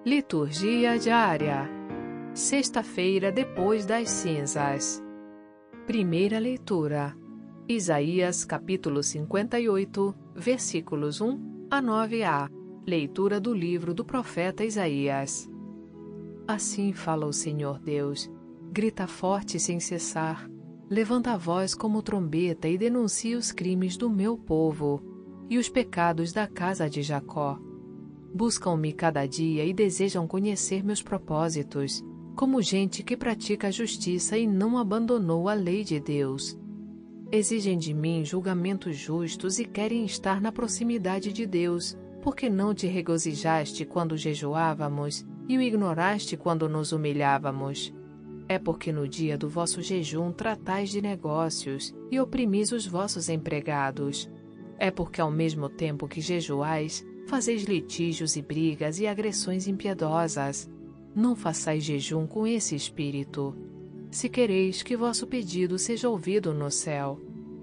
Liturgia diária. Sexta-feira depois das cinzas. Primeira leitura. Isaías capítulo 58, versículos 1 a 9a. Leitura do livro do profeta Isaías. Assim fala o Senhor Deus. Grita forte sem cessar. Levanta a voz como trombeta e denuncia os crimes do meu povo e os pecados da casa de Jacó. Buscam-me cada dia e desejam conhecer meus propósitos, como gente que pratica a justiça e não abandonou a lei de Deus. Exigem de mim julgamentos justos e querem estar na proximidade de Deus, porque não te regozijaste quando jejuávamos e o ignoraste quando nos humilhávamos. É porque no dia do vosso jejum tratais de negócios e oprimis os vossos empregados. É porque ao mesmo tempo que jejuais, fazeis litígios e brigas e agressões impiedosas. Não façais jejum com esse espírito, se quereis que vosso pedido seja ouvido no céu.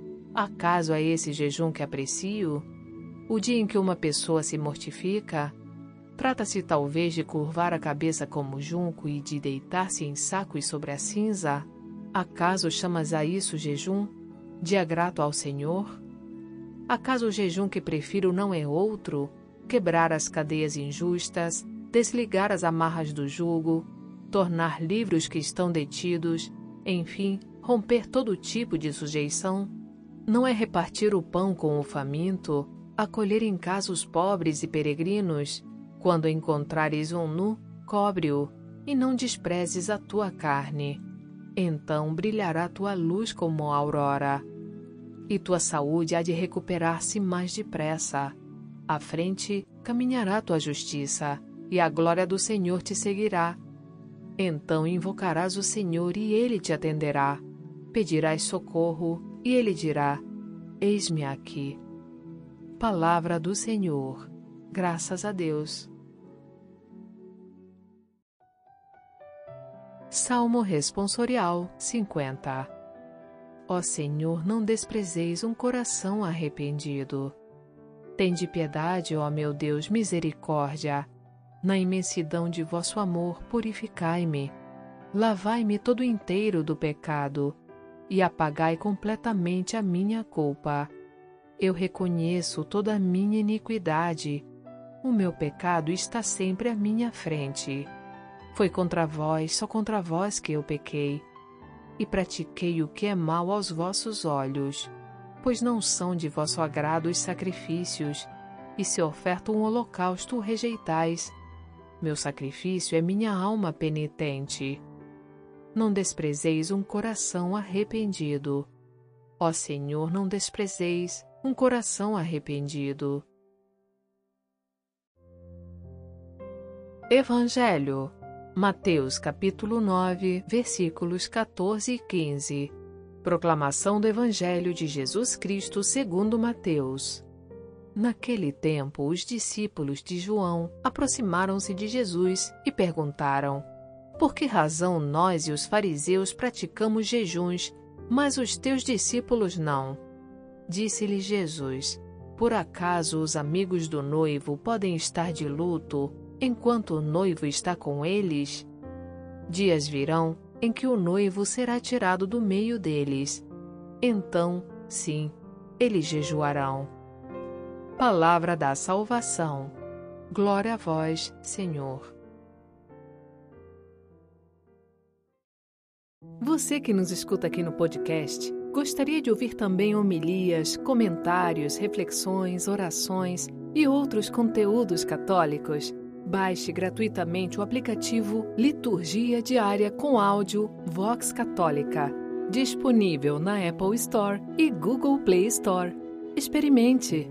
Acaso é esse jejum que aprecio? O dia em que uma pessoa se mortifica? Trata-se talvez de curvar a cabeça como junco e de deitar-se em sacos sobre a cinza? Acaso chamas a isso jejum? Dia grato ao Senhor? Acaso o jejum que prefiro não é outro? Quebrar as cadeias injustas, desligar as amarras do jugo, tornar livres os que estão detidos, enfim, romper todo tipo de sujeição? Não é repartir o pão com o faminto, acolher em casa os pobres e peregrinos? Quando encontrares um nu, cobre-o, e não desprezes a tua carne. Então brilhará tua luz como a aurora, e tua saúde há de recuperar-se mais depressa. À frente caminhará tua justiça, e a glória do Senhor te seguirá. Então invocarás o Senhor e Ele te atenderá. Pedirás socorro e Ele dirá: Eis-me aqui. Palavra do Senhor. Graças a Deus. Salmo Responsorial 50. Ó Senhor, não desprezeis um coração arrependido. Tende piedade, ó meu Deus, misericórdia. Na imensidão de vosso amor, purificai-me. Lavai-me todo inteiro do pecado, e apagai completamente a minha culpa. Eu reconheço toda a minha iniquidade. O meu pecado está sempre à minha frente. Foi contra vós, só contra vós que eu pequei, e pratiquei o que é mal aos vossos olhos. Pois não são de vosso agrado os sacrifícios, e se oferta um holocausto o rejeitais. Meu sacrifício é minha alma penitente. Não desprezeis um coração arrependido. Ó Senhor, não desprezeis um coração arrependido. Evangelho. Mateus capítulo 9, versículos 14 e 15. Proclamação do Evangelho de Jesus Cristo segundo Mateus. Naquele tempo, os discípulos de João aproximaram-se de Jesus e perguntaram: Por que razão nós e os fariseus praticamos jejuns, mas os teus discípulos não? Disse-lhe Jesus: Por acaso os amigos do noivo podem estar de luto enquanto o noivo está com eles? Dias virão em que o noivo será tirado do meio deles. Então, sim, eles jejuarão. Palavra da salvação. Glória a vós, Senhor. Você que nos escuta aqui no podcast, gostaria de ouvir também homilias, comentários, reflexões, orações e outros conteúdos católicos? Baixe gratuitamente o aplicativo Liturgia Diária com áudio Vox Católica, disponível na Apple Store e Google Play Store. Experimente!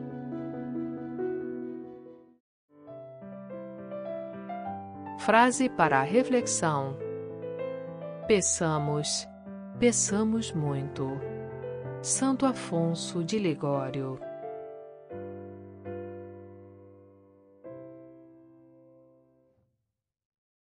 Frase para a reflexão. Peçamos, peçamos muito. Santo Afonso de Ligório.